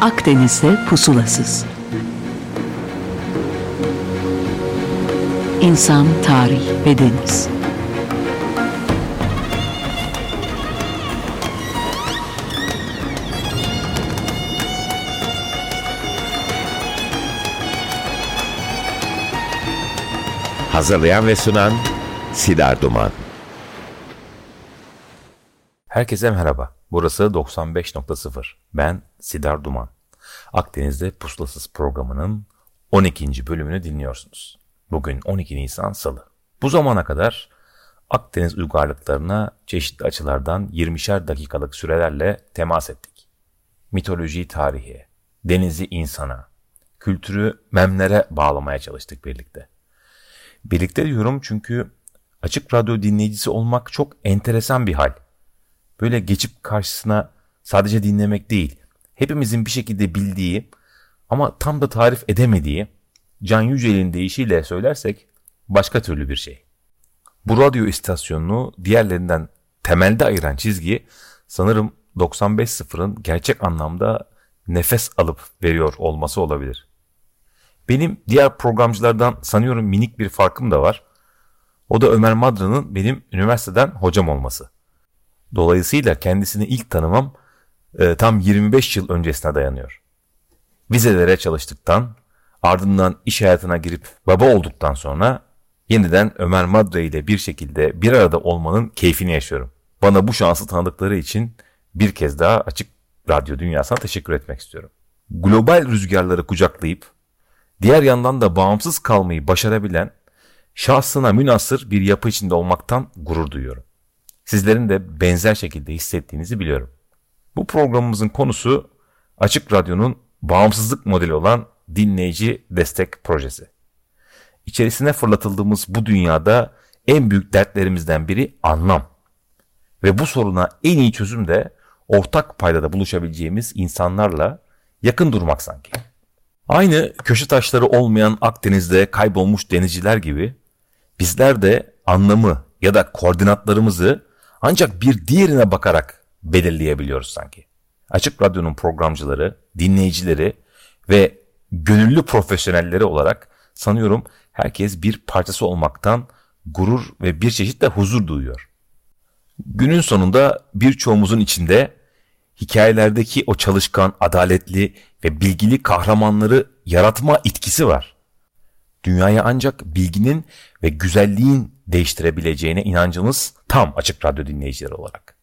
Akdeniz'de pusulasız. İnsan, tarih ve deniz. Hazırlayan ve sunan Sidar Duman. Herkese merhaba. Burası 95.0. Ben Sidar Duman. Akdeniz'de Pusulasız programının 12. bölümünü dinliyorsunuz. Bugün 12 Nisan Salı. Bu zamana kadar Akdeniz uygarlıklarına çeşitli açılardan 20'şer dakikalık sürelerle temas ettik. Mitolojiyi tarihe, denizi insana, kültürü memlere bağlamaya çalıştık birlikte. Birlikte diyorum çünkü açık radyo dinleyicisi olmak çok enteresan bir hal. Böyle geçip karşısına sadece dinlemek değil, hepimizin bir şekilde bildiği ama tam da tarif edemediği, Can Yücel'in deyişiyle söylersek başka türlü bir şey. Bu radyo istasyonunu diğerlerinden temelde ayıran çizgi sanırım 95.0'ın gerçek anlamda nefes alıp veriyor olması olabilir. Benim diğer programcılardan sanıyorum minik bir farkım da var. O da Ömer Madra'nın benim üniversiteden hocam olması. Dolayısıyla kendisini ilk tanımam tam 25 yıl öncesine dayanıyor. Vizelere çalıştıktan, ardından iş hayatına girip baba olduktan sonra yeniden Ömer Madra ile bir şekilde bir arada olmanın keyfini yaşıyorum. Bana bu şansı tanıdıkları için bir kez daha Açık Radyo dünyasına teşekkür etmek istiyorum. Global rüzgarları kucaklayıp diğer yandan da bağımsız kalmayı başarabilen, şahsına münhasır bir yapı içinde olmaktan gurur duyuyorum. Sizlerin de benzer şekilde hissettiğinizi biliyorum. Bu programımızın konusu Açık Radyo'nun bağımsızlık modeli olan dinleyici destek projesi. İçerisine fırlatıldığımız bu dünyada en büyük dertlerimizden biri anlam. Ve bu soruna en iyi çözüm de ortak paydada buluşabileceğimiz insanlarla yakın durmak sanki. Aynı köşe taşları olmayan Akdeniz'de kaybolmuş denizciler gibi bizler de anlamı ya da koordinatlarımızı ancak bir diğerine bakarak belirleyebiliyoruz sanki. Açık Radyo'nun programcıları, dinleyicileri ve gönüllü profesyonelleri olarak sanıyorum herkes bir parçası olmaktan gurur ve bir çeşit de huzur duyuyor. Günün sonunda birçoğumuzun içinde hikayelerdeki o çalışkan, adaletli ve bilgili kahramanları yaratma itkisi var. Dünyayı ancak bilginin ve güzelliğin değiştirebileceğine inancımız tam Açık Radyo dinleyicileri olarak.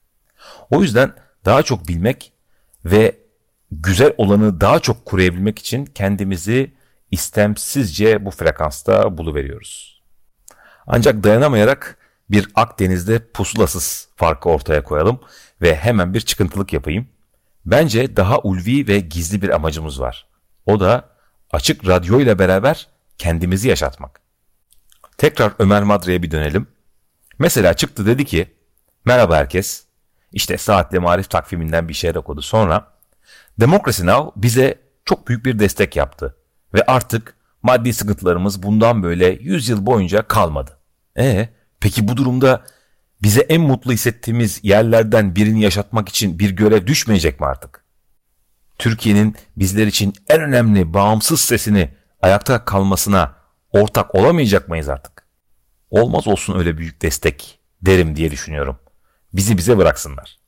O yüzden daha çok bilmek ve güzel olanı daha çok koruyabilmek için kendimizi istemsizce bu frekansta buluveriyoruz. Ancak dayanamayarak bir Akdeniz'de pusulasız farkı ortaya koyalım ve hemen bir çıkıntılık yapayım. Bence daha ulvi ve gizli bir amacımız var. O da Açık Radyo ile beraber kendimizi yaşatmak. Tekrar Ömer Madra'ya bir dönelim. Mesela çıktı dedi ki, merhaba herkes. İşte Saatli Marif takviminden bir şeyler okudu. Sonra Democracy Now! Bize çok büyük bir destek yaptı. Ve artık maddi sıkıntılarımız bundan böyle 100 yıl boyunca kalmadı. Peki bu durumda bize en mutlu hissettiğimiz yerlerden birini yaşatmak için bir görev düşmeyecek mi artık? Türkiye'nin bizler için en önemli bağımsız sesini ayakta kalmasına ortak olamayacak mıyız artık? Olmaz olsun öyle büyük destek derim diye düşünüyorum. Bizi bize bıraksınlar.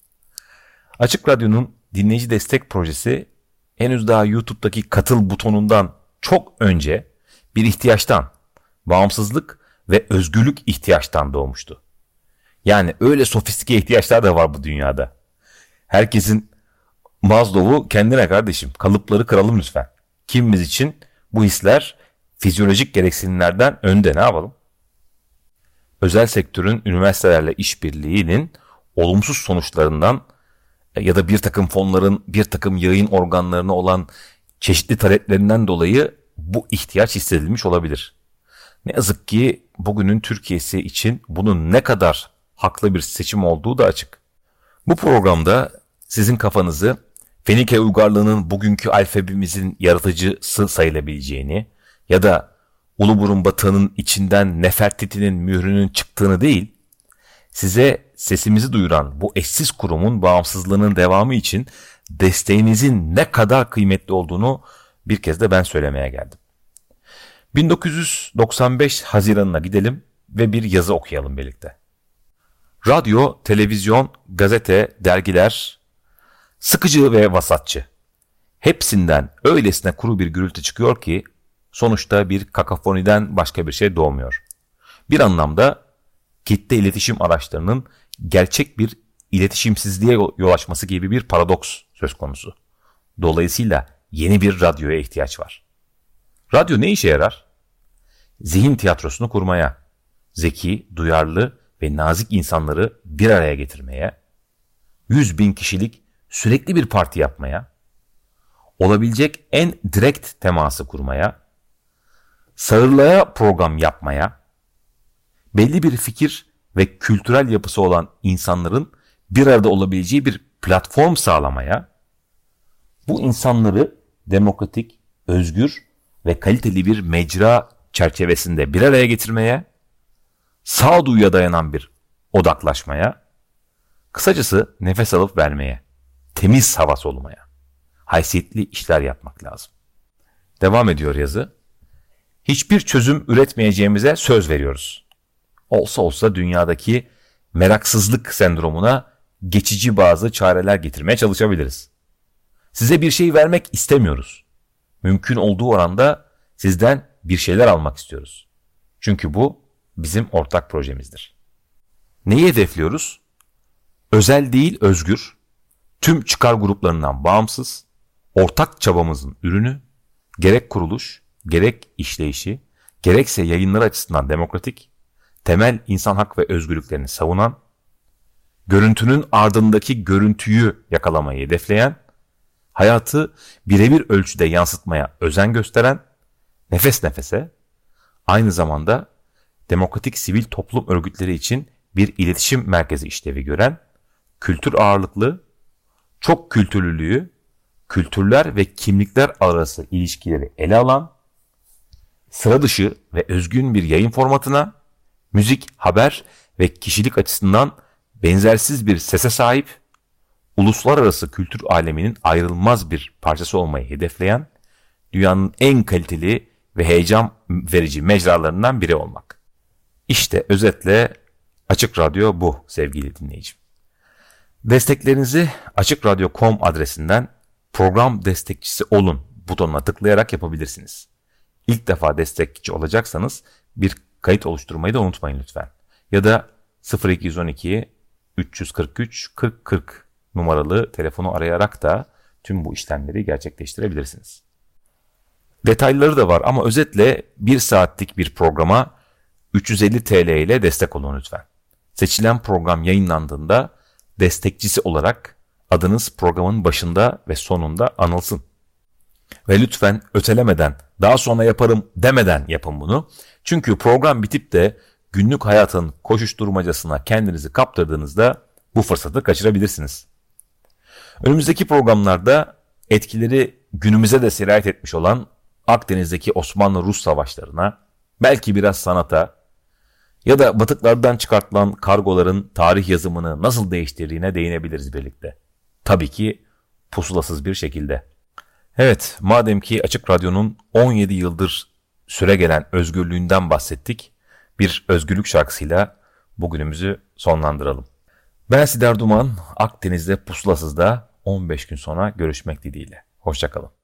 Açık Radyo'nun dinleyici destek projesi henüz daha YouTube'daki katıl butonundan çok önce bir ihtiyaçtan, bağımsızlık ve özgürlük ihtiyaçtan doğmuştu. Yani öyle sofistike ihtiyaçlar da var bu dünyada. Herkesin Maslow'u kendine kardeşim, kalıpları kıralım lütfen. Kimimiz için bu hisler fizyolojik gereksinimlerden önde, ne yapalım? Özel sektörün üniversitelerle işbirliğinin olumsuz sonuçlarından ya da bir takım fonların bir takım yayın organlarına olan çeşitli taleplerinden dolayı bu ihtiyaç hissedilmiş olabilir. Ne yazık ki bugünün Türkiye'si için bunun ne kadar haklı bir seçim olduğu da açık. Bu programda sizin kafanızı Fenike uygarlığının bugünkü alfabemizin yaratıcısı sayılabileceğini ya da Uluburun Batı'nın içinden Nefertiti'nin mührünün çıktığını değil, size sesimizi duyuran bu eşsiz kurumun bağımsızlığının devamı için desteğinizin ne kadar kıymetli olduğunu bir kez de ben söylemeye geldim. 1995 Haziran'ına gidelim ve bir yazı okuyalım birlikte. Radyo, televizyon, gazete, dergiler, sıkıcı ve vasatçı. Hepsinden öylesine kuru bir gürültü çıkıyor ki sonuçta bir kakafoniden başka bir şey doğmuyor. Bir anlamda kitle iletişim araçlarının gerçek bir iletişimsizliğe yol açması gibi bir paradoks söz konusu. Dolayısıyla yeni bir radyoya ihtiyaç var. Radyo ne işe yarar? Zihin tiyatrosunu kurmaya, zeki, duyarlı ve nazik insanları bir araya getirmeye, 100.000 kişilik sürekli bir parti yapmaya, olabilecek en direkt teması kurmaya, sağırlığa program yapmaya, belli bir fikir ve kültürel yapısı olan insanların bir arada olabileceği bir platform sağlamaya, bu insanları demokratik, özgür ve kaliteli bir mecra çerçevesinde bir araya getirmeye, sağduyuya dayanan bir odaklaşmaya, kısacası nefes alıp vermeye, temiz hava solumaya, haysiyetli işler yapmak lazım. Devam ediyor yazı. Hiçbir çözüm üretmeyeceğimize söz veriyoruz. Olsa olsa dünyadaki meraksızlık sendromuna geçici bazı çareler getirmeye çalışabiliriz. Size bir şey vermek istemiyoruz. Mümkün olduğu oranda sizden bir şeyler almak istiyoruz. Çünkü bu bizim ortak projemizdir. Neyi hedefliyoruz? Özel değil, özgür, tüm çıkar gruplarından bağımsız, ortak çabamızın ürünü, gerek kuruluş, gerek işleyişi, gerekse yayınları açısından demokratik, temel insan hak ve özgürlüklerini savunan, görüntünün ardındaki görüntüyü yakalamayı hedefleyen, hayatı birebir ölçüde yansıtmaya özen gösteren, nefes nefese, aynı zamanda demokratik sivil toplum örgütleri için bir iletişim merkezi işlevi gören, kültür ağırlıklı, çok kültürlülüğü, kültürler ve kimlikler arası ilişkileri ele alan, sıra dışı ve özgün bir yayın formatına, müzik, haber ve kişilik açısından benzersiz bir sese sahip, uluslararası kültür aleminin ayrılmaz bir parçası olmayı hedefleyen, dünyanın en kaliteli ve heyecan verici mecralarından biri olmak. İşte özetle Açık Radyo bu sevgili dinleyicim. Desteklerinizi açıkradyo.com adresinden program destekçisi olun butonuna tıklayarak yapabilirsiniz. İlk defa destekçi olacaksanız bir kayıt oluşturmayı da unutmayın lütfen. Ya da 0212 343 40 40 numaralı telefonu arayarak da tüm bu işlemleri gerçekleştirebilirsiniz. Detayları da var ama özetle 1 saatlik bir programa 350 TL ile destek olun lütfen. Seçilen program yayınlandığında destekçisi olarak adınız programın başında ve sonunda anılsın. Ve lütfen ötelemeden, daha sonra yaparım demeden yapın bunu. Çünkü program bitip de günlük hayatın koşuşturmacasına kendinizi kaptırdığınızda bu fırsatı kaçırabilirsiniz. Önümüzdeki programlarda etkileri günümüze de sirayet etmiş olan Akdeniz'deki Osmanlı-Rus savaşlarına, belki biraz sanata ya da batıklardan çıkartılan kargoların tarih yazımını nasıl değiştirdiğine değinebiliriz birlikte. Tabii ki pusulasız bir şekilde. Evet, madem ki Açık Radyo'nun 17 yıldır süregelen özgürlüğünden bahsettik, bir özgürlük şarkısıyla bugünümüzü sonlandıralım. Ben Sidar Duman, Akdeniz'de Pusulasız'da 15 gün sonra görüşmek dileğiyle. Hoşça kalın.